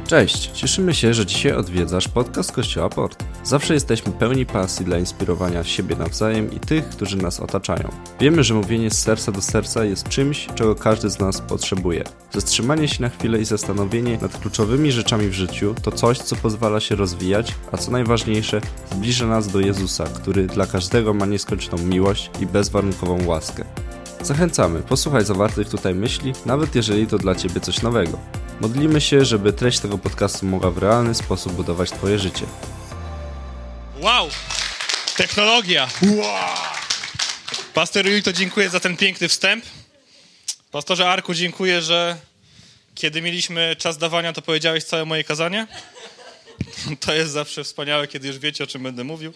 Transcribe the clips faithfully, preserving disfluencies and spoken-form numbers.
Cześć, cieszymy się, że dzisiaj odwiedzasz podcast Kościoła Port. Zawsze jesteśmy pełni pasji dla inspirowania siebie nawzajem i tych, którzy nas otaczają. Wiemy, że mówienie z serca do serca jest czymś, czego każdy z nas potrzebuje. Zatrzymanie się na chwilę i zastanowienie nad kluczowymi rzeczami w życiu to coś, co pozwala się rozwijać, a co najważniejsze, zbliża nas do Jezusa, który dla każdego ma nieskończoną miłość i bezwarunkową łaskę. Zachęcamy, posłuchaj zawartych tutaj myśli, nawet jeżeli to dla Ciebie coś nowego. Modlimy się, żeby treść tego podcastu mogła w realny sposób budować Twoje życie. Wow! Technologia! Wow! Pastor Julito, dziękuję za ten piękny wstęp. Pastorze Arku, dziękuję, że kiedy mieliśmy czas dawania, to powiedziałeś całe moje kazanie. To jest zawsze wspaniałe, kiedy już wiecie, o czym będę mówił.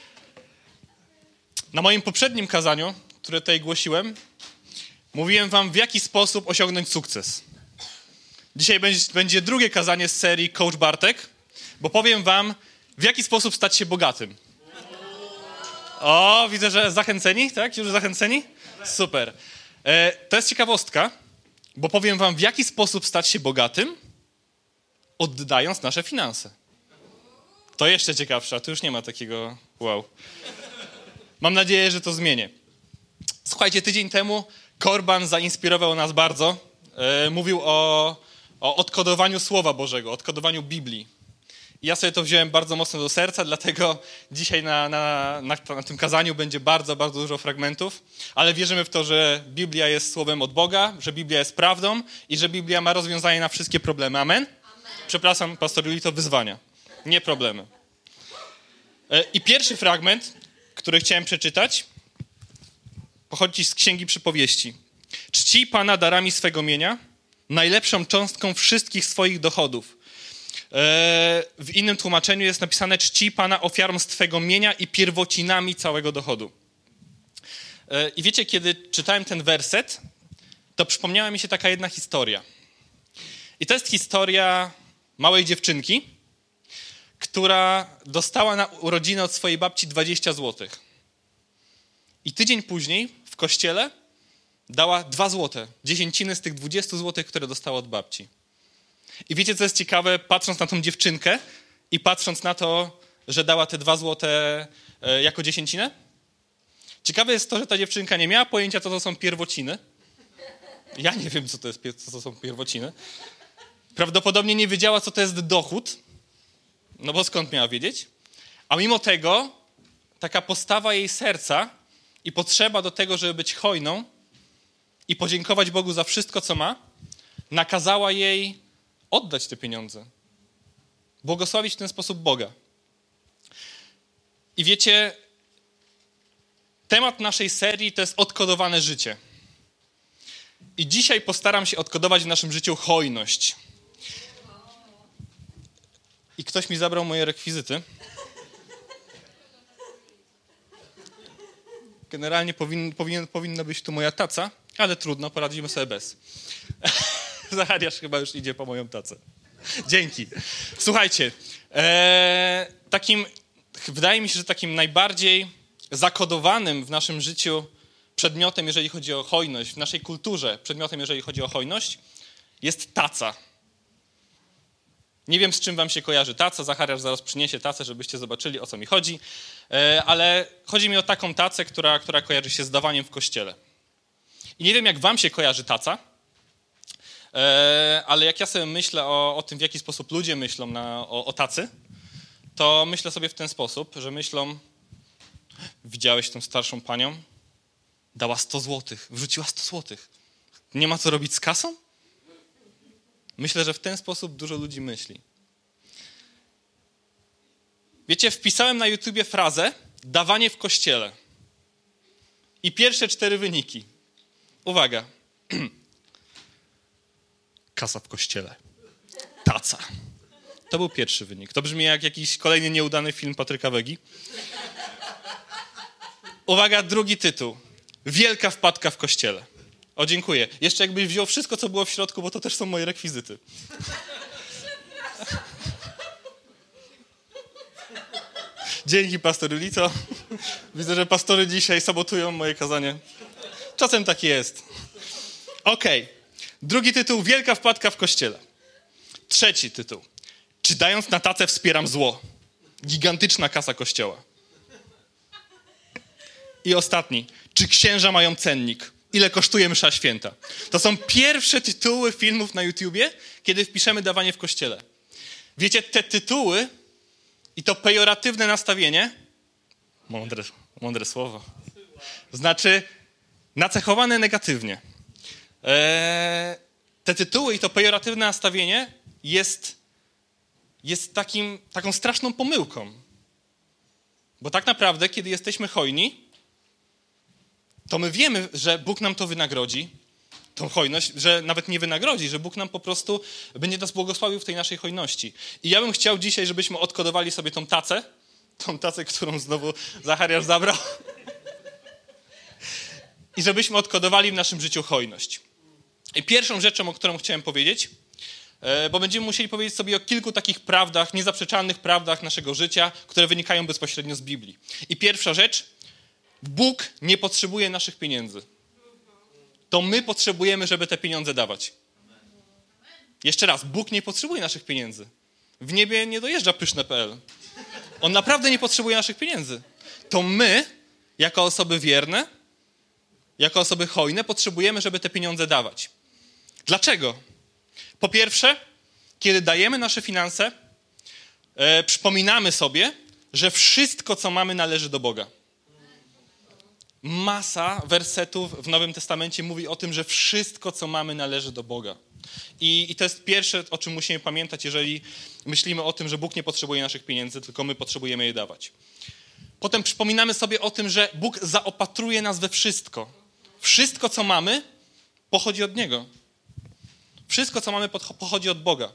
Na moim poprzednim kazaniu, które tutaj głosiłem, mówiłem wam, w jaki sposób osiągnąć sukces. Dzisiaj będzie, będzie drugie kazanie z serii Coach Bartek, bo powiem wam, w jaki sposób stać się bogatym. O, widzę, że zachęceni, tak? Już zachęceni? Super. E, to jest ciekawostka, bo powiem wam, w jaki sposób stać się bogatym, oddając nasze finanse. To jeszcze ciekawsze, a tu już nie ma takiego wow. Mam nadzieję, że to zmienię. Słuchajcie, tydzień temu Korban zainspirował nas bardzo. E, mówił o, o odkodowaniu Słowa Bożego, odkodowaniu Biblii. I ja sobie to wziąłem bardzo mocno do serca, dlatego dzisiaj na, na, na, na tym kazaniu będzie bardzo, bardzo dużo fragmentów, ale wierzymy w to, że Biblia jest Słowem od Boga, że Biblia jest prawdą i że Biblia ma rozwiązanie na wszystkie problemy. Amen? Amen. Przepraszam, pastor Julito, wyzwania, nie problemy. E, I pierwszy fragment, który chciałem przeczytać, pochodzi z Księgi Przypowieści. Czci Pana darami swego mienia, najlepszą cząstką wszystkich swoich dochodów. W innym tłumaczeniu jest napisane: czci Pana ofiarą z Twego mienia i pierwocinami całego dochodu. I wiecie, kiedy czytałem ten werset, to przypomniała mi się taka jedna historia. I to jest historia małej dziewczynki, która dostała na urodziny od swojej babci dwadzieścia złotych. I tydzień później w kościele dała dwa złote, dziesięciny z tych dwudziestu złotych, które dostała od babci. I wiecie, co jest ciekawe, patrząc na tą dziewczynkę i patrząc na to, że dała te dwa złote e, jako dziesięcinę? Ciekawe jest to, że ta dziewczynka nie miała pojęcia, co to są pierwociny. Ja nie wiem, co to jest, co to są pierwociny. Prawdopodobnie nie wiedziała, co to jest dochód, no bo skąd miała wiedzieć? A mimo tego taka postawa jej serca i potrzeba do tego, żeby być hojną i podziękować Bogu za wszystko, co ma, nakazała jej oddać te pieniądze. Błogosławić w ten sposób Boga. I wiecie, temat naszej serii to jest odkodowane życie. I dzisiaj postaram się odkodować w naszym życiu hojność. I ktoś mi zabrał moje rekwizyty. Generalnie powin, powinien, powinna być tu moja taca, ale trudno, poradzimy sobie bez. Zachariasz chyba już idzie po moją tacę. Dzięki. Słuchajcie, ee, takim, wydaje mi się, że takim najbardziej zakodowanym w naszym życiu przedmiotem, jeżeli chodzi o hojność, w naszej kulturze przedmiotem, jeżeli chodzi o hojność, jest taca. Nie wiem, z czym wam się kojarzy taca. Zachariasz zaraz przyniesie tacę, żebyście zobaczyli, o co mi chodzi. E, ale chodzi mi o taką tacę, która, która kojarzy się z dawaniem w kościele. I nie wiem, jak wam się kojarzy taca, e, ale jak ja sobie myślę o, o tym, w jaki sposób ludzie myślą na, o, o tacy, to myślę sobie w ten sposób, że myślą: widziałeś tą starszą panią? Dała sto złotych, wrzuciła sto złotych. Nie ma co robić z kasą? Myślę, że w ten sposób dużo ludzi myśli. Wiecie, wpisałem na YouTubie frazę dawanie w kościele. I pierwsze cztery wyniki. Uwaga. Kasa w kościele. Taca. To był pierwszy wynik. To brzmi jak jakiś kolejny nieudany film Patryka Wegi. Uwaga, drugi tytuł. Wielka wpadka w kościele. O, dziękuję. Jeszcze jakbyś wziął wszystko, co było w środku, bo to też są moje rekwizyty. Dzięki, pastor Julito. Widzę, że pastory dzisiaj sabotują moje kazanie. Czasem tak jest. Okej. Okay. Drugi tytuł. Wielka wpadka w kościele. Trzeci tytuł. Czy dając na tacę wspieram zło? Gigantyczna kasa Kościoła. I ostatni. Czy księża mają cennik? Ile kosztuje msza święta? To są pierwsze tytuły filmów na YouTubie, kiedy wpiszemy dawanie w Kościele. Wiecie, te tytuły i to pejoratywne nastawienie, mądre, mądre słowo, znaczy nacechowane negatywnie. Eee, te tytuły i to pejoratywne nastawienie jest, jest takim, taką straszną pomyłką. Bo tak naprawdę, kiedy jesteśmy hojni, to my wiemy, że Bóg nam to wynagrodzi, tą hojność, że nawet nie wynagrodzi, że Bóg nam po prostu będzie nas błogosławił w tej naszej hojności. I ja bym chciał dzisiaj, żebyśmy odkodowali sobie tą tacę, tą tacę, którą znowu Zachariasz zabrał, i żebyśmy odkodowali w naszym życiu hojność. I pierwszą rzeczą, o którą chciałem powiedzieć, bo będziemy musieli powiedzieć sobie o kilku takich prawdach, niezaprzeczalnych prawdach naszego życia, które wynikają bezpośrednio z Biblii. I pierwsza rzecz, Bóg nie potrzebuje naszych pieniędzy. To my potrzebujemy, żeby te pieniądze dawać. Jeszcze raz, Bóg nie potrzebuje naszych pieniędzy. W niebie nie dojeżdża pyszne kropka pe el. On naprawdę nie potrzebuje naszych pieniędzy. To my, jako osoby wierne, jako osoby hojne, potrzebujemy, żeby te pieniądze dawać. Dlaczego? Po pierwsze, kiedy dajemy nasze finanse, e, przypominamy sobie, że wszystko, co mamy, należy do Boga. Masa wersetów w Nowym Testamencie mówi o tym, że wszystko, co mamy, należy do Boga. I, I to jest pierwsze, o czym musimy pamiętać, jeżeli myślimy o tym, że Bóg nie potrzebuje naszych pieniędzy, tylko my potrzebujemy je dawać. Potem przypominamy sobie o tym, że Bóg zaopatruje nas we wszystko. Wszystko, co mamy, pochodzi od Niego. Wszystko, co mamy, pochodzi od Boga.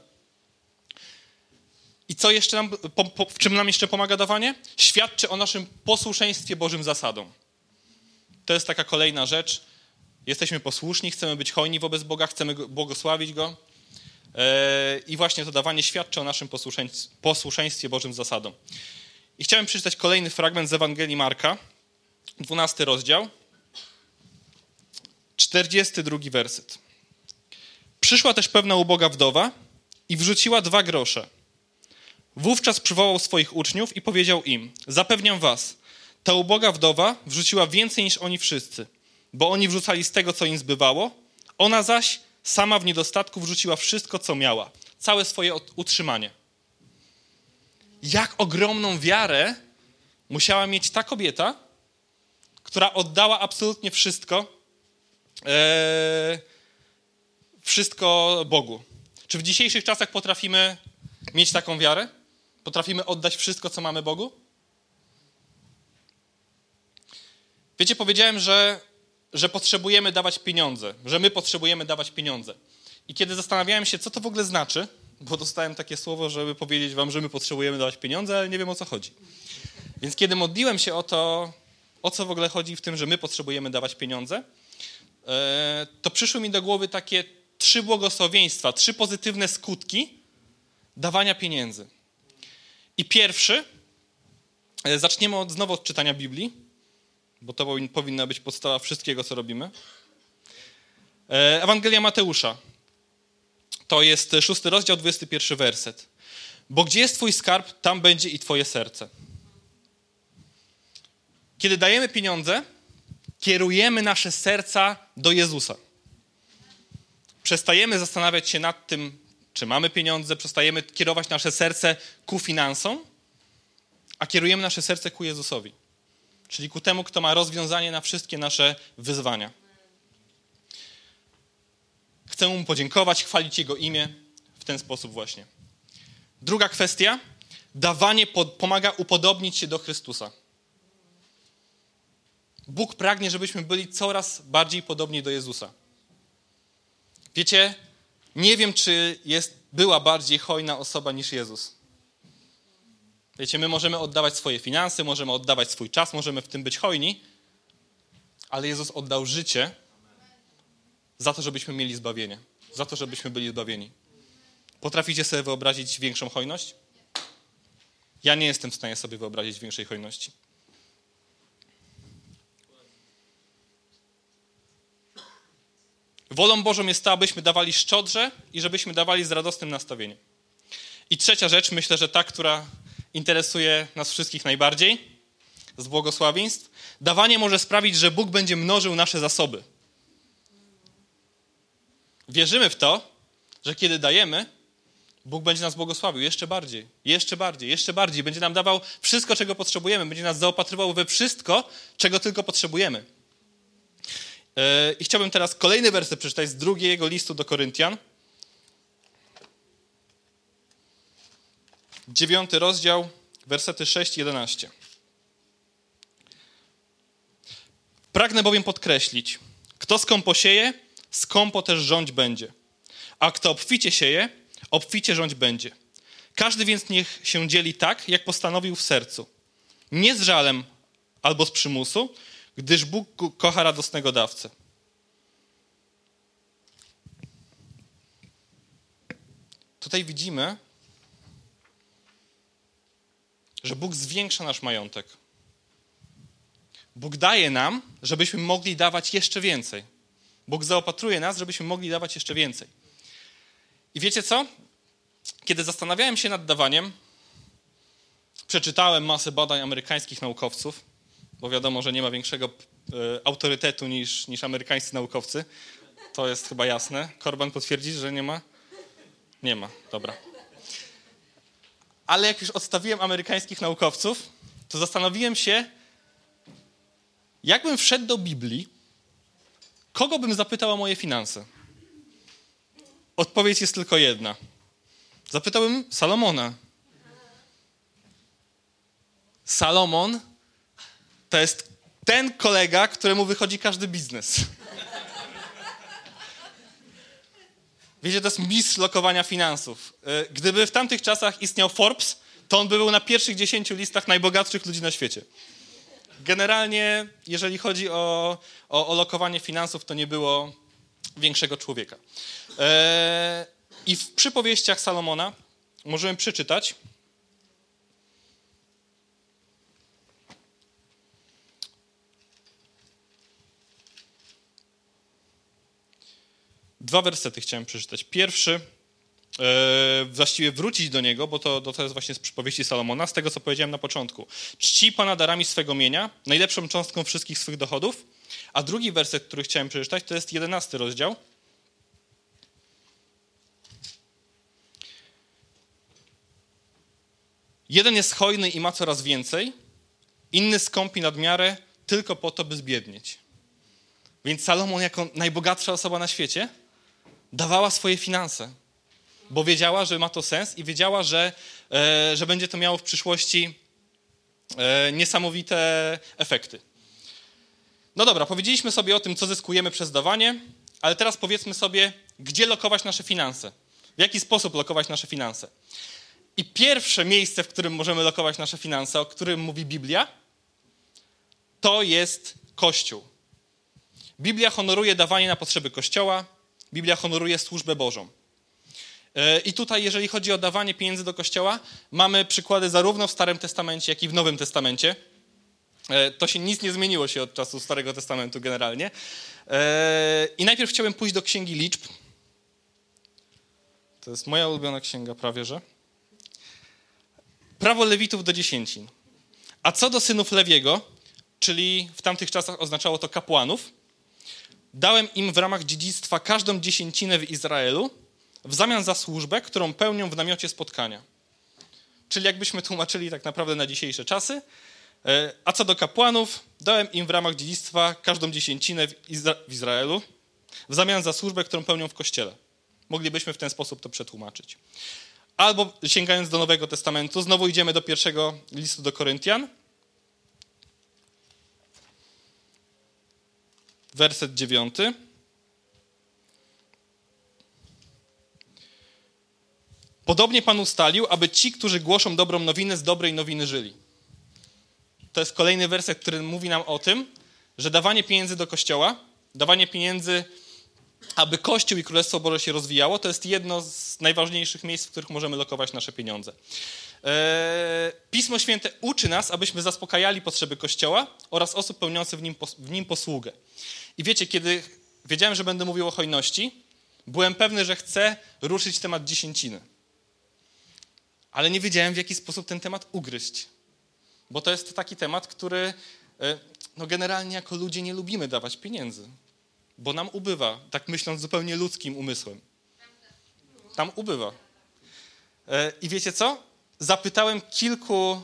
I co jeszcze nam, po, po, w czym nam jeszcze pomaga dawanie? Świadczy o naszym posłuszeństwie Bożym zasadom. To jest taka kolejna rzecz. Jesteśmy posłuszni, chcemy być hojni wobec Boga, chcemy go, błogosławić Go. Yy, I właśnie to dawanie świadczy o naszym posłuszeństwie, posłuszeństwie Bożym zasadom. I chciałem przeczytać kolejny fragment z Ewangelii Marka, dwunasty rozdział, czterdziesty drugi werset. Przyszła też pewna uboga wdowa i wrzuciła dwa grosze. Wówczas przywołał swoich uczniów i powiedział im: zapewniam was, ta uboga wdowa wrzuciła więcej niż oni wszyscy, bo oni wrzucali z tego, co im zbywało, ona zaś sama w niedostatku wrzuciła wszystko, co miała, całe swoje utrzymanie. Jak ogromną wiarę musiała mieć ta kobieta, która oddała absolutnie wszystko, e, wszystko Bogu. Czy w dzisiejszych czasach potrafimy mieć taką wiarę? Potrafimy oddać wszystko, co mamy Bogu? Wiecie, powiedziałem, że, że potrzebujemy dawać pieniądze, że my potrzebujemy dawać pieniądze. I kiedy zastanawiałem się, co to w ogóle znaczy, bo dostałem takie słowo, żeby powiedzieć wam, że my potrzebujemy dawać pieniądze, ale nie wiem, o co chodzi. Więc kiedy modliłem się o to, o co w ogóle chodzi w tym, że my potrzebujemy dawać pieniądze, to przyszły mi do głowy takie trzy błogosławieństwa, trzy pozytywne skutki dawania pieniędzy. I pierwszy, zaczniemy od, znowu od czytania Biblii, bo to powinna być podstawa wszystkiego, co robimy. Ewangelia Mateusza. To jest szósty rozdział, dwudziesty pierwszy werset. Bo gdzie jest twój skarb, tam będzie i twoje serce. Kiedy dajemy pieniądze, kierujemy nasze serca do Jezusa. Przestajemy zastanawiać się nad tym, czy mamy pieniądze, przestajemy kierować nasze serce ku finansom, a kierujemy nasze serce ku Jezusowi. Czyli ku temu, kto ma rozwiązanie na wszystkie nasze wyzwania. Chcę Mu podziękować, chwalić Jego imię w ten sposób właśnie. Druga kwestia. Dawanie pod, pomaga upodobnić się do Chrystusa. Bóg pragnie, żebyśmy byli coraz bardziej podobni do Jezusa. Wiecie, nie wiem, czy jest, była bardziej hojna osoba niż Jezus. Wiecie, my możemy oddawać swoje finanse, możemy oddawać swój czas, możemy w tym być hojni, ale Jezus oddał życie za to, żebyśmy mieli zbawienie. Za to, żebyśmy byli zbawieni. Potraficie sobie wyobrazić większą hojność? Ja nie jestem w stanie sobie wyobrazić większej hojności. Wolą Bożą jest to, abyśmy dawali szczodrze i żebyśmy dawali z radosnym nastawieniem. I trzecia rzecz, myślę, że ta, która interesuje nas wszystkich najbardziej, z błogosławieństw. Dawanie może sprawić, że Bóg będzie mnożył nasze zasoby. Wierzymy w to, że kiedy dajemy, Bóg będzie nas błogosławił jeszcze bardziej, jeszcze bardziej, jeszcze bardziej. Będzie nam dawał wszystko, czego potrzebujemy. Będzie nas zaopatrywał we wszystko, czego tylko potrzebujemy. I chciałbym teraz kolejny werset przeczytać z drugiego listu do Koryntian. Dziewiąty rozdział, wersety sześć i jedenaście. Pragnę bowiem podkreślić, kto skąpo sieje, skąpo też rządź będzie. A kto obficie sieje, obficie rządź będzie. Każdy więc niech się dzieli tak, jak postanowił w sercu. Nie z żalem albo z przymusu, gdyż Bóg kocha radosnego dawcę. Tutaj widzimy, że Bóg zwiększa nasz majątek. Bóg daje nam, żebyśmy mogli dawać jeszcze więcej. Bóg zaopatruje nas, żebyśmy mogli dawać jeszcze więcej. I wiecie co? Kiedy zastanawiałem się nad dawaniem, przeczytałem masę badań amerykańskich naukowców, bo wiadomo, że nie ma większego e, autorytetu niż, niż amerykańscy naukowcy. To jest chyba jasne. Korban potwierdzi, że nie ma? Nie ma, dobra. Ale jak już odstawiłem amerykańskich naukowców, to zastanowiłem się, jakbym wszedł do Biblii, kogo bym zapytał o moje finanse? Odpowiedź jest tylko jedna. Zapytałbym Salomona. Salomon to jest ten kolega, któremu wychodzi każdy biznes. Wiecie, to jest mistrz lokowania finansów. Gdyby w tamtych czasach istniał Forbes, to on by był na pierwszych dziesięciu listach najbogatszych ludzi na świecie. Generalnie, jeżeli chodzi o, o, o lokowanie finansów, to nie było większego człowieka. Eee, I w przypowieściach Salomona możemy przeczytać dwa wersety chciałem przeczytać. Pierwszy, e, właściwie wrócić do niego, bo to, to jest właśnie z przypowieści Salomona, z tego, co powiedziałem na początku. Czci Pana darami swego mienia, najlepszą cząstką wszystkich swych dochodów. A drugi werset, który chciałem przeczytać, to jest jedenasty rozdział. Jeden jest hojny i ma coraz więcej, inny skąpi nad miarę tylko po to, by zbiednieć. Więc Salomon, jako najbogatsza osoba na świecie, dawała swoje finanse, bo wiedziała, że ma to sens i wiedziała, że, e, że będzie to miało w przyszłości e, niesamowite efekty. No dobra, powiedzieliśmy sobie o tym, co zyskujemy przez dawanie, ale teraz powiedzmy sobie, gdzie lokować nasze finanse. W jaki sposób lokować nasze finanse. I pierwsze miejsce, w którym możemy lokować nasze finanse, o którym mówi Biblia, to jest Kościół. Biblia honoruje dawanie na potrzeby Kościoła, Biblia honoruje służbę Bożą. I tutaj, jeżeli chodzi o dawanie pieniędzy do Kościoła, mamy przykłady zarówno w Starym Testamencie, jak i w Nowym Testamencie. To się nic nie zmieniło się od czasu Starego Testamentu generalnie. I najpierw chciałem pójść do Księgi Liczb. To jest moja ulubiona księga prawie, że. Prawo Lewitów do dziesięcin. A co do synów Lewiego, czyli w tamtych czasach oznaczało to kapłanów, dałem im w ramach dziedzictwa każdą dziesięcinę w Izraelu w zamian za służbę, którą pełnią w namiocie spotkania. Czyli jakbyśmy tłumaczyli tak naprawdę na dzisiejsze czasy. A co do kapłanów, dałem im w ramach dziedzictwa każdą dziesięcinę w, Izra- w Izraelu w zamian za służbę, którą pełnią w Kościele. Moglibyśmy w ten sposób to przetłumaczyć. Albo sięgając do Nowego Testamentu, znowu idziemy do pierwszego listu do Koryntian. Werset dziewiąty. Podobnie Pan ustalił, aby ci, którzy głoszą dobrą nowinę, z dobrej nowiny żyli. To jest kolejny werset, który mówi nam o tym, że dawanie pieniędzy do Kościoła, dawanie pieniędzy, aby Kościół i Królestwo Boże się rozwijało, to jest jedno z najważniejszych miejsc, w których możemy lokować nasze pieniądze. Pismo Święte uczy nas, abyśmy zaspokajali potrzeby Kościoła oraz osób pełniących w nim, w nim posługę. I wiecie, kiedy wiedziałem, że będę mówił o hojności, byłem pewny, że chcę ruszyć temat dziesięciny. ale nie wiedziałem, w jaki sposób ten temat ugryźć. Bo to jest taki temat, który no generalnie jako ludzie nie lubimy dawać pieniędzy, bo nam ubywa, tak myśląc zupełnie ludzkim umysłem. Tam ubywa. I wiecie co? Zapytałem kilku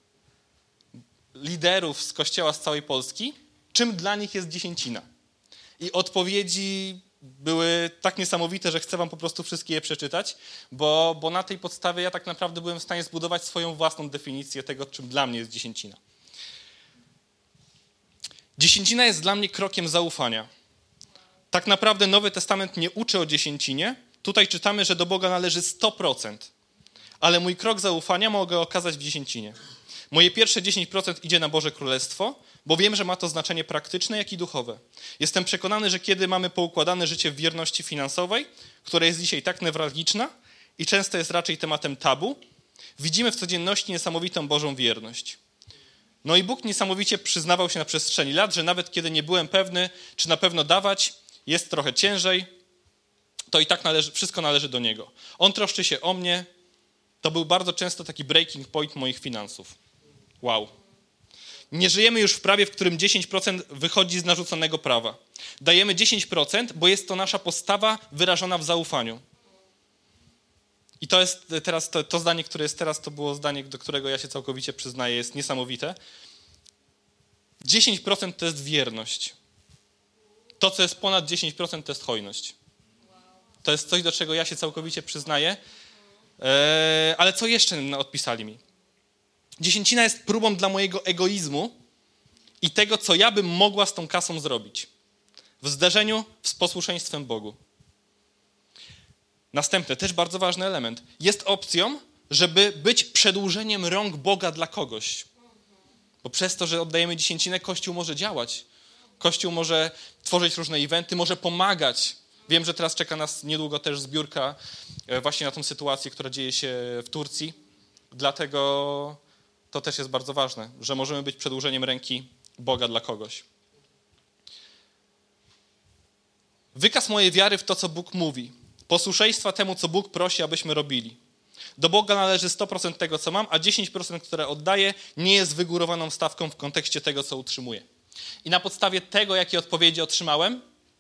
liderów z kościoła z całej Polski, czym dla nich jest dziesięcina. I odpowiedzi były tak niesamowite, że chcę wam po prostu wszystkie je przeczytać, bo, bo na tej podstawie ja tak naprawdę byłem w stanie zbudować swoją własną definicję tego, czym dla mnie jest dziesięcina. Dziesięcina jest dla mnie krokiem zaufania. Tak naprawdę Nowy Testament nie uczy o dziesięcinie. Tutaj czytamy, że do Boga należy sto procent. Ale mój krok zaufania mogę okazać w dziesięcinie. Moje pierwsze dziesięć procent idzie na Boże Królestwo, bo wiem, że ma to znaczenie praktyczne, jak i duchowe. Jestem przekonany, że kiedy mamy poukładane życie w wierności finansowej, która jest dzisiaj tak newralgiczna i często jest raczej tematem tabu, widzimy w codzienności niesamowitą Bożą wierność. No i Bóg niesamowicie przyznawał się na przestrzeni lat, że nawet kiedy nie byłem pewny, czy na pewno dawać, jest trochę ciężej, to i tak należy, wszystko należy do Niego. On troszczy się o mnie. To był bardzo często taki breaking point moich finansów. Wow. Nie żyjemy już w prawie, w którym dziesięć procent wychodzi z narzuconego prawa. Dajemy dziesięć procent, bo jest to nasza postawa wyrażona w zaufaniu. I to jest teraz, to, to zdanie, które jest teraz, to było zdanie, do którego ja się całkowicie przyznaję, jest niesamowite. dziesięć procent to jest wierność. To, co jest ponad dziesięć procent, to jest hojność. To jest coś, do czego ja się całkowicie przyznaję. Eee, ale co jeszcze odpisali mi? Dziesięcina jest próbą dla mojego egoizmu i tego, co ja bym mogła z tą kasą zrobić. W zderzeniu z posłuszeństwem Bogu. Następny, też bardzo ważny element. Jest opcją, żeby być przedłużeniem rąk Boga dla kogoś. Bo przez to, że oddajemy dziesięcinę, Kościół może działać. Kościół może tworzyć różne eventy, może pomagać. Wiem, że teraz czeka nas niedługo też zbiórka właśnie na tą sytuację, która dzieje się w Turcji. Dlatego to też jest bardzo ważne, że możemy być przedłużeniem ręki Boga dla kogoś. Wykaz mojej wiary w to, co Bóg mówi. Posłuszeństwa temu, co Bóg prosi, abyśmy robili. Do Boga należy sto procent tego, co mam, a dziesięć procent, które oddaję, nie jest wygórowaną stawką w kontekście tego, co utrzymuję. I na podstawie tego, jakie odpowiedzi otrzymałem,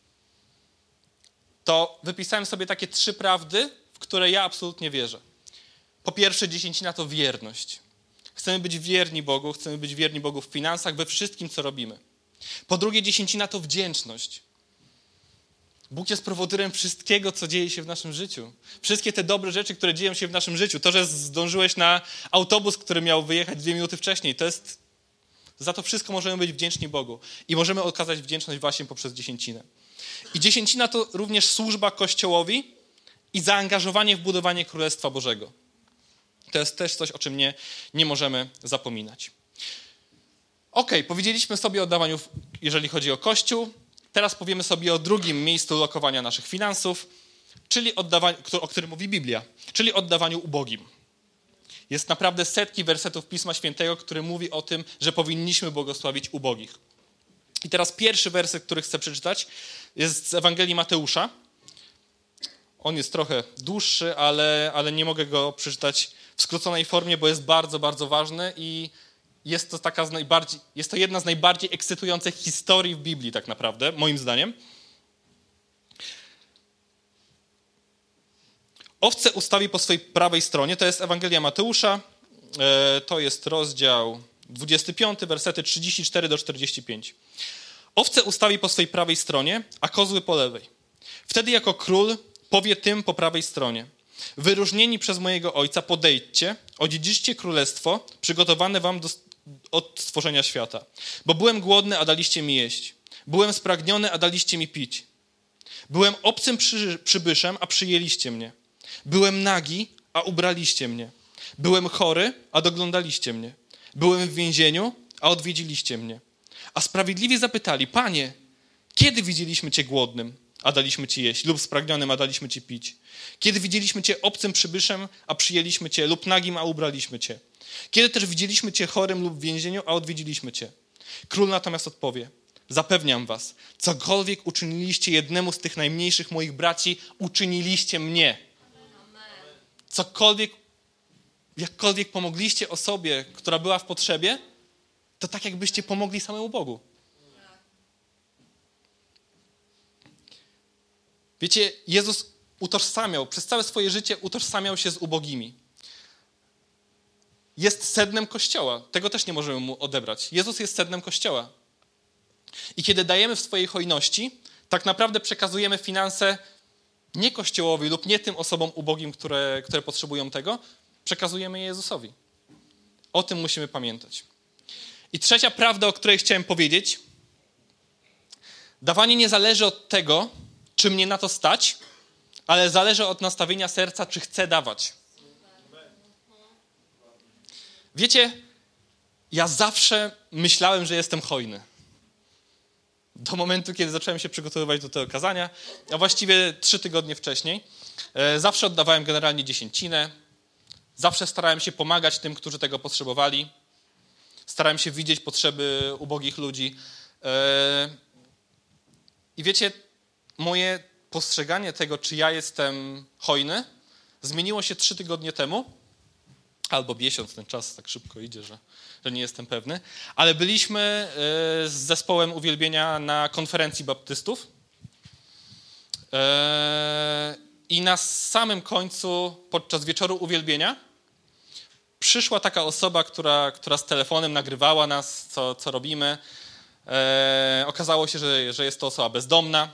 to wypisałem sobie takie trzy prawdy, w które ja absolutnie wierzę. Po pierwsze, dziesięcina to wierność. Chcemy być wierni Bogu, chcemy być wierni Bogu w finansach, we wszystkim, co robimy. Po drugie, dziesięcina to wdzięczność. Bóg jest prowodyrem wszystkiego, co dzieje się w naszym życiu. Wszystkie te dobre rzeczy, które dzieją się w naszym życiu. To, że zdążyłeś na autobus, który miał wyjechać dwie minuty wcześniej, to jest... Za to wszystko możemy być wdzięczni Bogu. I możemy okazać wdzięczność właśnie poprzez dziesięcinę. I dziesięcina to również służba Kościołowi i zaangażowanie w budowanie Królestwa Bożego. To jest też coś, o czym nie, nie możemy zapominać. Ok, powiedzieliśmy sobie o oddawaniu, jeżeli chodzi o Kościół. Teraz powiemy sobie o drugim miejscu lokowania naszych finansów, czyli oddawaniu, o którym mówi Biblia, czyli oddawaniu ubogim. Jest naprawdę setki wersetów Pisma Świętego, który mówi o tym, że powinniśmy błogosławić ubogich. I teraz pierwszy werset, który chcę przeczytać, jest z Ewangelii Mateusza. On jest trochę dłuższy, ale, ale nie mogę go przeczytać w skróconej formie, bo jest bardzo, bardzo ważny i jest to, taka z najbardziej, jest to jedna z najbardziej ekscytujących historii w Biblii tak naprawdę, moim zdaniem. Owce ustawi po swojej prawej stronie, to jest Ewangelia Mateusza, to jest rozdział dwudziesty piąty, wersety trzydzieści cztery do czterdziestu pięciu. Owce ustawi po swojej prawej stronie, a kozły po lewej. Wtedy jako król powie tym po prawej stronie: wyróżnieni przez mojego Ojca, podejdźcie, odziedziczcie królestwo przygotowane wam do, od stworzenia świata. Bo byłem głodny, a daliście mi jeść. Byłem spragniony, a daliście mi pić. Byłem obcym przy, przybyszem, a przyjęliście mnie. Byłem nagi, a ubraliście mnie. Byłem chory, a doglądaliście mnie. Byłem w więzieniu, a odwiedziliście mnie. A sprawiedliwi zapytali: Panie, kiedy widzieliśmy Cię głodnym, a daliśmy Ci jeść, lub spragnionym, a daliśmy Ci pić? Kiedy widzieliśmy Cię obcym przybyszem, a przyjęliśmy Cię, lub nagim, a ubraliśmy Cię? Kiedy też widzieliśmy Cię chorym lub w więzieniu, a odwiedziliśmy Cię? Król natomiast odpowie: zapewniam was, cokolwiek uczyniliście jednemu z tych najmniejszych moich braci, uczyniliście mnie. Cokolwiek jakkolwiek pomogliście osobie, która była w potrzebie, to tak jakbyście pomogli samemu Bogu. Wiecie, Jezus utożsamiał, przez całe swoje życie utożsamiał się z ubogimi. Jest sednem Kościoła. Tego też nie możemy mu odebrać. Jezus jest sednem Kościoła. I kiedy dajemy w swojej hojności, tak naprawdę przekazujemy finanse nie Kościołowi lub nie tym osobom ubogim, które, które potrzebują tego, przekazujemy je Jezusowi. O tym musimy pamiętać. I trzecia prawda, o której chciałem powiedzieć. Dawanie nie zależy od tego, czy mnie na to stać, ale zależy od nastawienia serca, czy chcę dawać. Wiecie, ja zawsze myślałem, że jestem hojny. Do momentu, kiedy zacząłem się przygotowywać do tego kazania, a właściwie trzy tygodnie wcześniej, zawsze oddawałem generalnie dziesięcinę, zawsze starałem się pomagać tym, którzy tego potrzebowali, starałem się widzieć potrzeby ubogich ludzi. I wiecie, moje postrzeganie tego, czy ja jestem hojny, zmieniło się trzy tygodnie temu, albo miesiąc, ten czas tak szybko idzie, że, że nie jestem pewny, ale byliśmy z zespołem uwielbienia na konferencji baptystów i na samym końcu, podczas wieczoru uwielbienia, przyszła taka osoba, która, która z telefonem nagrywała nas, co, co robimy. Okazało się, że, że jest to osoba bezdomna.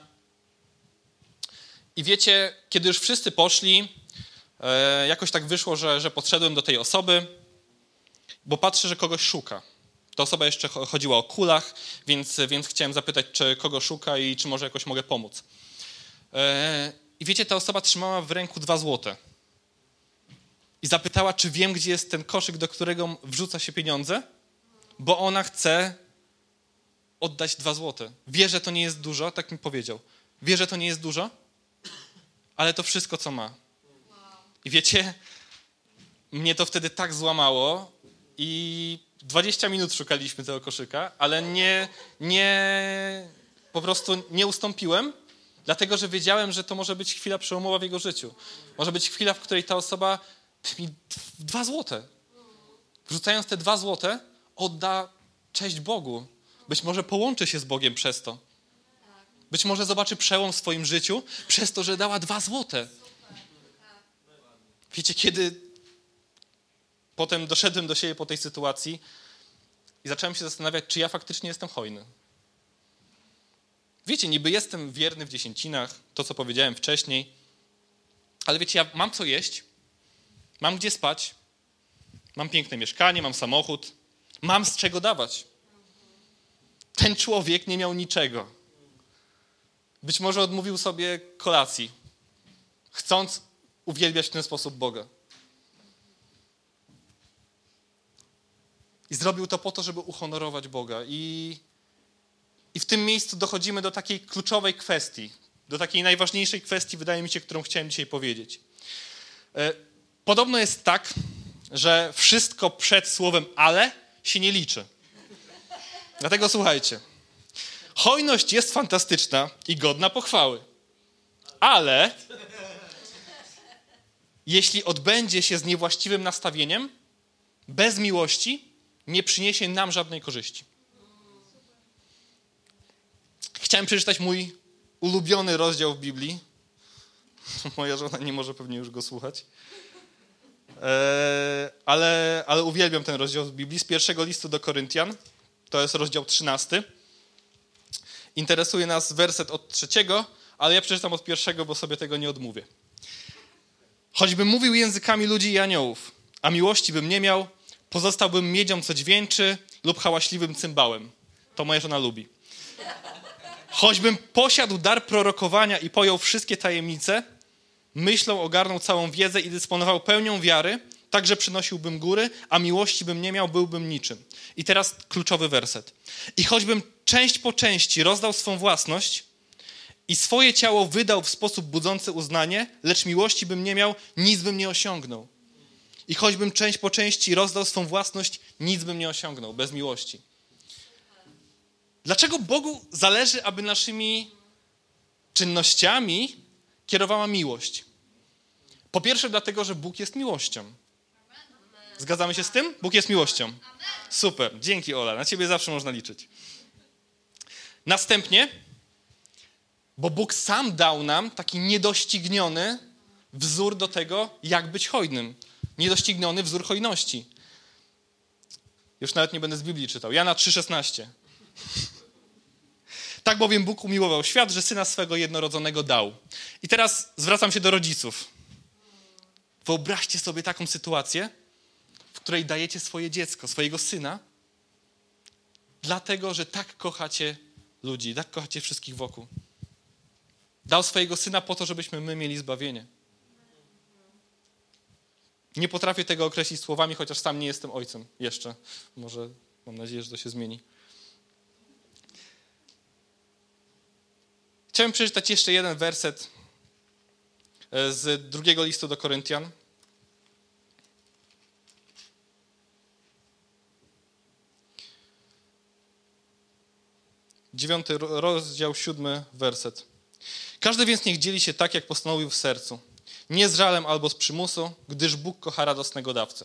I wiecie, kiedy już wszyscy poszli, jakoś tak wyszło, że, że podszedłem do tej osoby, bo patrzę, że kogoś szuka. Ta osoba jeszcze chodziła o kulach, więc, więc chciałem zapytać, czy kogo szuka i czy może jakoś mogę pomóc. I wiecie, ta osoba trzymała w ręku dwa złote. I zapytała, czy wiem, gdzie jest ten koszyk, do którego wrzuca się pieniądze, bo ona chce oddać dwa złote. Wie, że to nie jest dużo, tak mi powiedział. Wie, że to nie jest dużo, ale to wszystko, co ma. I wiecie, mnie to wtedy tak złamało i dwadzieścia minut szukaliśmy tego koszyka, ale nie, nie, po prostu nie ustąpiłem, dlatego, że wiedziałem, że to może być chwila przełomowa w jego życiu. Może być chwila, w której ta osoba mi dwa złote. Wrzucając te dwa złote, odda cześć Bogu. Być może połączy się z Bogiem przez to. Być może zobaczy przełom w swoim życiu przez to, że dała dwa złote. Wiecie, kiedy potem doszedłem do siebie po tej sytuacji i zacząłem się zastanawiać, czy ja faktycznie jestem hojny. Wiecie, niby jestem wierny w dziesięcinach, to co powiedziałem wcześniej, ale wiecie, ja mam co jeść, mam gdzie spać, mam piękne mieszkanie, mam samochód, mam z czego dawać. Ten człowiek nie miał niczego. Być może odmówił sobie kolacji, chcąc uwielbiać w ten sposób Boga. I zrobił to po to, żeby uhonorować Boga. I, i w tym miejscu dochodzimy do takiej kluczowej kwestii, do takiej najważniejszej kwestii, wydaje mi się, którą chciałem dzisiaj powiedzieć. Podobno jest tak, że wszystko przed słowem ale się nie liczy. Dlatego słuchajcie. Hojność jest fantastyczna i godna pochwały. Ale jeśli odbędzie się z niewłaściwym nastawieniem, bez miłości, nie przyniesie nam żadnej korzyści. Chciałem przeczytać mój ulubiony rozdział w Biblii. Moja żona nie może pewnie już go słuchać. Eee, ale, ale uwielbiam ten rozdział z Biblii. Z pierwszego listu do Koryntian. To jest rozdział trzynasty. Interesuje nas werset od trzeciego, ale ja przeczytam od pierwszego, bo sobie tego nie odmówię. Choćbym mówił językami ludzi i aniołów, a miłości bym nie miał, pozostałbym miedzią, co dźwięczy, lub hałaśliwym cymbałem. To moja żona lubi. Choćbym posiadł dar prorokowania i pojął wszystkie tajemnice, myślą ogarnął całą wiedzę i dysponował pełnią wiary, tak, że przynosiłbym góry, a miłości bym nie miał, byłbym niczym. I teraz kluczowy werset. I choćbym część po części rozdał swą własność i swoje ciało wydał w sposób budzący uznanie, lecz miłości bym nie miał, nic bym nie osiągnął. I choćbym część po części rozdał swą własność, nic bym nie osiągnął bez miłości. Dlaczego Bogu zależy, aby naszymi czynnościami kierowała miłość? Po pierwsze dlatego, że Bóg jest miłością. Zgadzamy się z tym? Bóg jest miłością. Super, dzięki Ola, na ciebie zawsze można liczyć. Następnie, bo Bóg sam dał nam taki niedościgniony wzór do tego, jak być hojnym. Niedościgniony wzór hojności. Już nawet nie będę z Biblii czytał. Jana trzy szesnaście. Tak bowiem Bóg umiłował świat, że Syna swego jednorodzonego dał. I teraz zwracam się do rodziców. Wyobraźcie sobie taką sytuację, w której dajecie swoje dziecko, swojego syna, dlatego, że tak kochacie ludzi, tak kochacie wszystkich wokół. Dał swojego syna po to, żebyśmy my mieli zbawienie. Nie potrafię tego określić słowami, chociaż sam nie jestem ojcem jeszcze. Może, mam nadzieję, że to się zmieni. Chciałem przeczytać jeszcze jeden werset z drugiego listu do Koryntian. Dziewiąty rozdział, siódmy werset. Każdy więc niech dzieli się tak, jak postanowił w sercu. Nie z żalem albo z przymusu, gdyż Bóg kocha radosnego dawcę.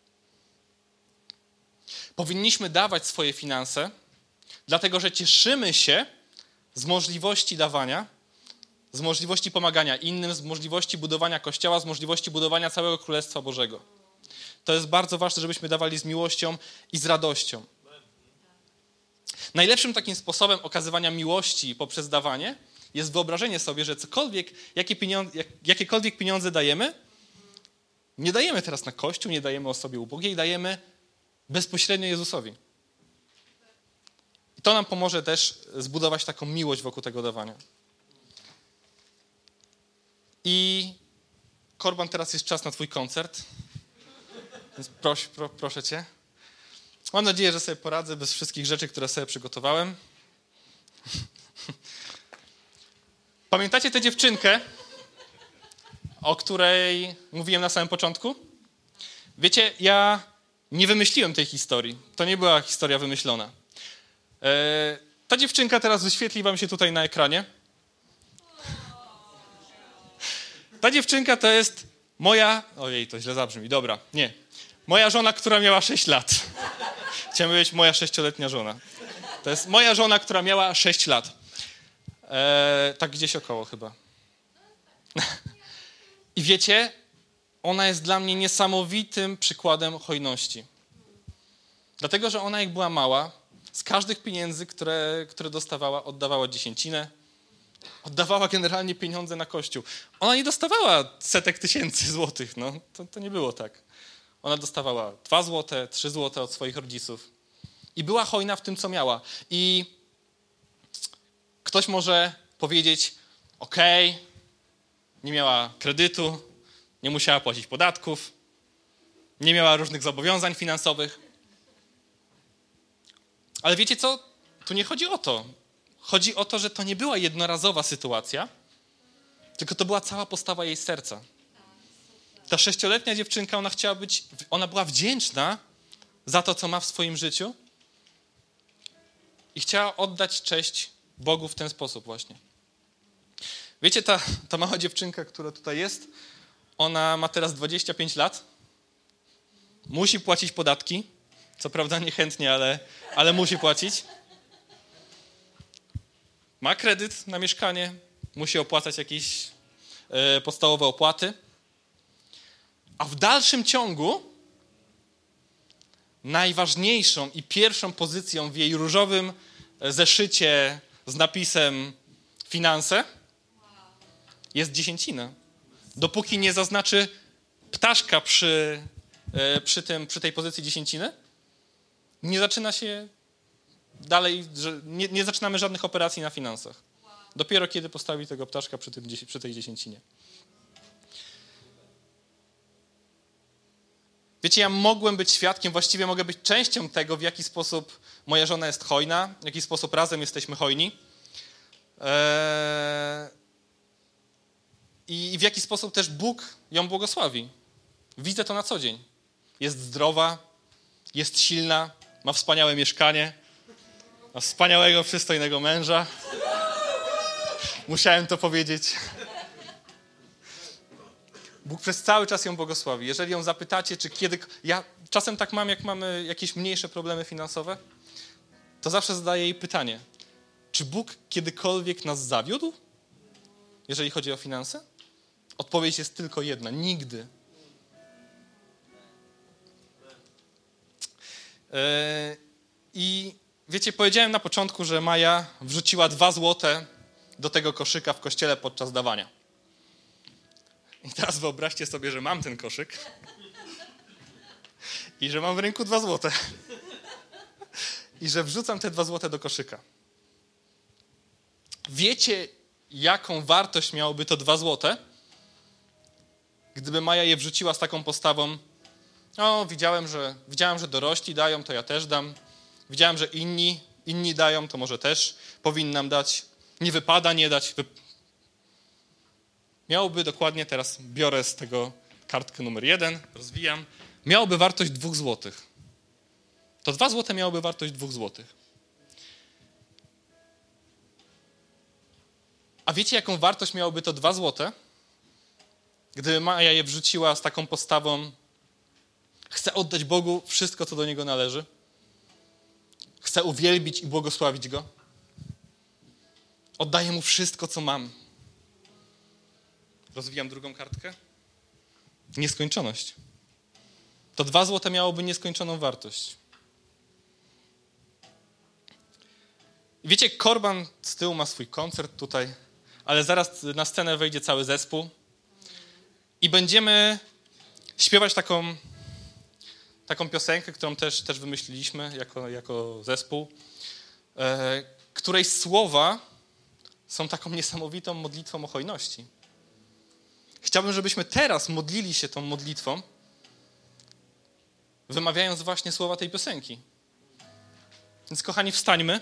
Powinniśmy dawać swoje finanse, dlatego że cieszymy się z możliwości dawania, z możliwości pomagania innym, z możliwości budowania Kościoła, z możliwości budowania całego Królestwa Bożego. To jest bardzo ważne, żebyśmy dawali z miłością i z radością. Najlepszym takim sposobem okazywania miłości poprzez dawanie jest wyobrażenie sobie, że cokolwiek, jakie pieniądze, jak, jakiekolwiek pieniądze dajemy, nie dajemy teraz na Kościół, nie dajemy osobie ubogiej, dajemy bezpośrednio Jezusowi. I to nam pomoże też zbudować taką miłość wokół tego dawania. I Korban, teraz jest czas na twój koncert. Więc proś, pro, proszę cię. Mam nadzieję, że sobie poradzę bez wszystkich rzeczy, które sobie przygotowałem. Pamiętacie tę dziewczynkę, o której mówiłem na samym początku? Wiecie, ja nie wymyśliłem tej historii. To nie była historia wymyślona. E, ta dziewczynka teraz wyświetli wam się tutaj na ekranie. Ta dziewczynka to jest moja... Ojej, to źle zabrzmi. Dobra, nie. Moja żona, która miała sześć lat. Chciałem powiedzieć moja sześcioletnia żona. To jest moja żona, która miała sześć lat. Eee, tak gdzieś około chyba. I wiecie, ona jest dla mnie niesamowitym przykładem hojności. Dlatego, że ona jak była mała, z każdych pieniędzy, które, które dostawała, oddawała dziesięcinę, oddawała generalnie pieniądze na Kościół. Ona nie dostawała setek tysięcy złotych, no to, to nie było tak. Ona dostawała dwa złote, trzy złote od swoich rodziców. I była hojna w tym, co miała. I ktoś może powiedzieć, okej, okay, nie miała kredytu, nie musiała płacić podatków, nie miała różnych zobowiązań finansowych. Ale wiecie co? Tu nie chodzi o to. Chodzi o to, że to nie była jednorazowa sytuacja, tylko to była cała postawa jej serca. Ta sześcioletnia dziewczynka, ona chciała być, ona była wdzięczna za to, co ma w swoim życiu i chciała oddać cześć Bogu w ten sposób właśnie. Wiecie, ta, ta mała dziewczynka, która tutaj jest, ona ma teraz dwadzieścia pięć lat, musi płacić podatki, co prawda niechętnie, ale, ale musi płacić. Ma kredyt na mieszkanie, musi opłacać jakieś e, podstawowe opłaty. A w dalszym ciągu najważniejszą i pierwszą pozycją w jej różowym zeszycie z napisem finanse jest dziesięcina. Dopóki nie zaznaczy ptaszka przy, przy, tym, przy tej pozycji dziesięciny, nie zaczyna się dalej, że nie, nie zaczynamy żadnych operacji na finansach. Dopiero kiedy postawi tego ptaszka przy, tym, przy tej dziesięcinie. Wiecie, ja mogłem być świadkiem, właściwie mogę być częścią tego, w jaki sposób moja żona jest hojna, w jaki sposób razem jesteśmy hojni eee, i w jaki sposób też Bóg ją błogosławi. Widzę to na co dzień. Jest zdrowa, jest silna, ma wspaniałe mieszkanie, ma wspaniałego, przystojnego męża. Musiałem to powiedzieć. Bóg przez cały czas ją błogosławi. Jeżeli ją zapytacie, czy kiedy... Ja czasem tak mam, jak mamy jakieś mniejsze problemy finansowe, to zawsze zadaję jej pytanie, czy Bóg kiedykolwiek nas zawiódł, jeżeli chodzi o finanse? Odpowiedź jest tylko jedna, nigdy. Yy, I wiecie, powiedziałem na początku, że Maja wrzuciła dwa złote do tego koszyka w kościele podczas dawania. I teraz wyobraźcie sobie, że mam ten koszyk i że mam w ręku dwa złote. I że wrzucam te dwa złote do koszyka. Wiecie, jaką wartość miałoby to dwa złote, gdyby Maja je wrzuciła z taką postawą: o, widziałem, że, widziałem, że dorośli dają, to ja też dam. Widziałem, że inni, inni dają, to może też powinnam dać. Nie wypada nie dać. Wy... Miałoby dokładnie, teraz biorę z tego kartkę numer jeden, rozwijam, miałoby wartość dwóch złotych. To dwa złote miałoby wartość dwóch złotych. A wiecie, jaką wartość miałoby to dwa złote? Gdyby Maja je wrzuciła z taką postawą: chcę oddać Bogu wszystko, co do Niego należy. Chcę uwielbić i błogosławić Go. Oddaję Mu wszystko, co mam. Rozwijam drugą kartkę. Nieskończoność. To dwa złote miałoby nieskończoną wartość. Wiecie, Korban z tyłu ma swój koncert tutaj, ale zaraz na scenę wejdzie cały zespół i będziemy śpiewać taką, taką piosenkę, którą też, też wymyśliliśmy jako, jako zespół, e, której słowa są taką niesamowitą modlitwą o hojności. Chciałbym, żebyśmy teraz modlili się tą modlitwą, wymawiając właśnie słowa tej piosenki. Więc kochani, wstańmy.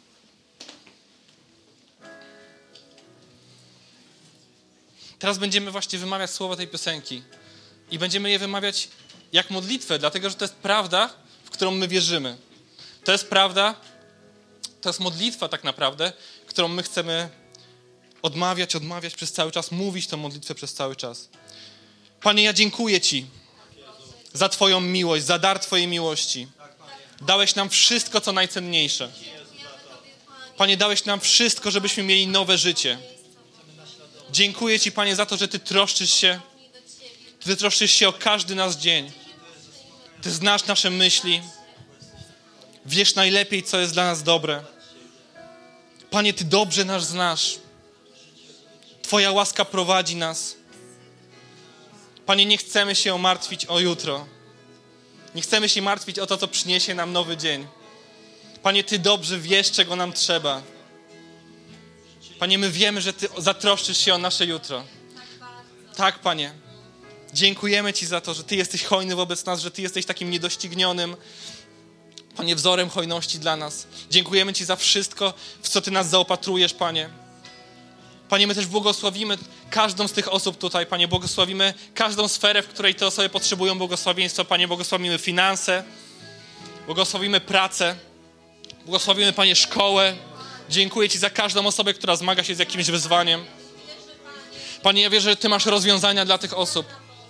Teraz będziemy właśnie wymawiać słowa tej piosenki i będziemy je wymawiać jak modlitwę, dlatego że to jest prawda, w którą my wierzymy. To jest prawda, to jest modlitwa tak naprawdę, którą my chcemy odmawiać, odmawiać przez cały czas, mówić tę modlitwę przez cały czas. Panie, ja dziękuję Ci za Twoją miłość, za dar Twojej miłości. Dałeś nam wszystko, co najcenniejsze. Panie, dałeś nam wszystko, żebyśmy mieli nowe życie. Dziękuję Ci, Panie, za to, że Ty troszczysz się, Ty troszczysz się o każdy nasz dzień. Ty znasz nasze myśli. Wiesz najlepiej, co jest dla nas dobre. Panie, Ty dobrze nas znasz. Twoja łaska prowadzi nas. Panie, nie chcemy się martwić o jutro. Nie chcemy się martwić o to, co przyniesie nam nowy dzień. Panie, Ty dobrze wiesz, czego nam trzeba. Panie, my wiemy, że Ty zatroszczysz się o nasze jutro. Tak, Panie. Dziękujemy Ci za to, że Ty jesteś hojny wobec nas, że Ty jesteś takim niedoścignionym, Panie, wzorem hojności dla nas. Dziękujemy Ci za wszystko, w co Ty nas zaopatrujesz, Panie. Panie, my też błogosławimy każdą z tych osób tutaj, Panie, błogosławimy każdą sferę, w której te osoby potrzebują błogosławieństwa, Panie, błogosławimy finanse, błogosławimy pracę, błogosławimy, Panie, szkołę. Dziękuję Ci za każdą osobę, która zmaga się z jakimś wyzwaniem. Panie, ja wierzę, że Ty masz rozwiązania dla tych osób.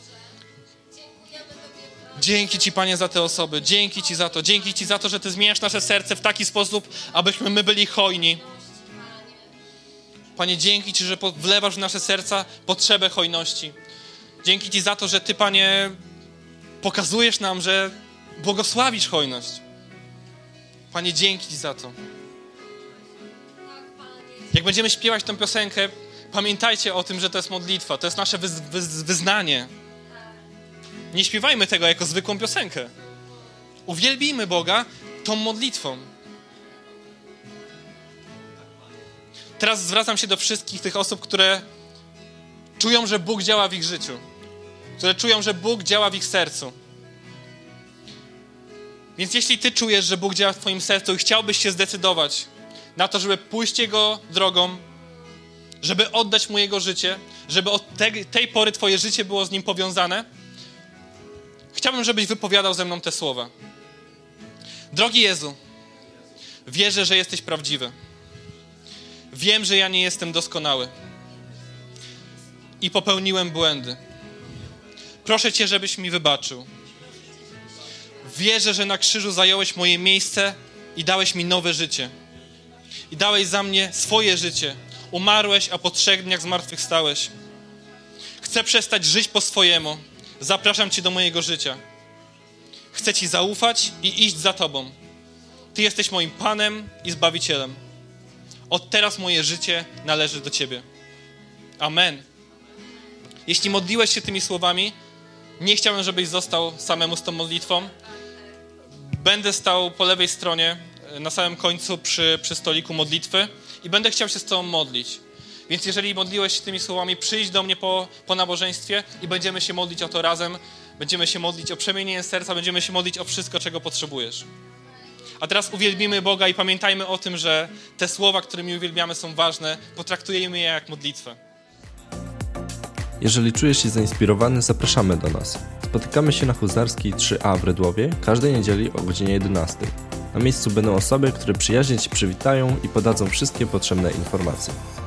Dzięki Ci, Panie, za te osoby. Dzięki Ci za to. Dzięki Ci za to, że Ty zmieniasz nasze serce w taki sposób, abyśmy my byli hojni. Panie, dzięki Ci, że wlewasz w nasze serca potrzebę hojności. Dzięki Ci za to, że Ty, Panie, pokazujesz nam, że błogosławisz hojność. Panie, dzięki Ci za to. Jak będziemy śpiewać tę piosenkę, pamiętajcie o tym, że to jest modlitwa. To jest nasze wyz- wyz- wyznanie. Nie śpiewajmy tego jako zwykłą piosenkę. Uwielbijmy Boga tą modlitwą. Teraz zwracam się do wszystkich tych osób, które czują, że Bóg działa w ich życiu. Które czują, że Bóg działa w ich sercu. Więc jeśli Ty czujesz, że Bóg działa w Twoim sercu i chciałbyś się zdecydować na to, żeby pójść Jego drogą, żeby oddać Mu Jego życie, żeby od tej, tej pory Twoje życie było z Nim powiązane, chciałbym, żebyś wypowiadał ze mną te słowa. Drogi Jezu, wierzę, że jesteś prawdziwy. Wiem, że ja nie jestem doskonały i popełniłem błędy. Proszę Cię, żebyś mi wybaczył. Wierzę, że na krzyżu zająłeś moje miejsce i dałeś mi nowe życie. I dałeś za mnie swoje życie. Umarłeś, a po trzech dniach zmartwychwstałeś. Chcę przestać żyć po swojemu. Zapraszam Cię do mojego życia. Chcę Ci zaufać i iść za Tobą. Ty jesteś moim Panem i Zbawicielem. Od teraz moje życie należy do Ciebie. Amen. Jeśli modliłeś się tymi słowami, nie chciałem, żebyś został samemu z tą modlitwą. Będę stał po lewej stronie, na samym końcu przy, przy stoliku modlitwy i będę chciał się z Tobą modlić. Więc jeżeli modliłeś się tymi słowami, przyjdź do mnie po, po nabożeństwie i będziemy się modlić o to razem. Będziemy się modlić o przemienienie serca, będziemy się modlić o wszystko, czego potrzebujesz. A teraz uwielbimy Boga i pamiętajmy o tym, że te słowa, którymi uwielbiamy, są ważne. Potraktujemy je jak modlitwę. Jeżeli czujesz się zainspirowany, zapraszamy do nas. Spotykamy się na Huzarskiej trzy A w Redłowie każdej niedzieli o godzinie jedenastej. Na miejscu będą osoby, które przyjaźnie Ci przywitają i podadzą wszystkie potrzebne informacje.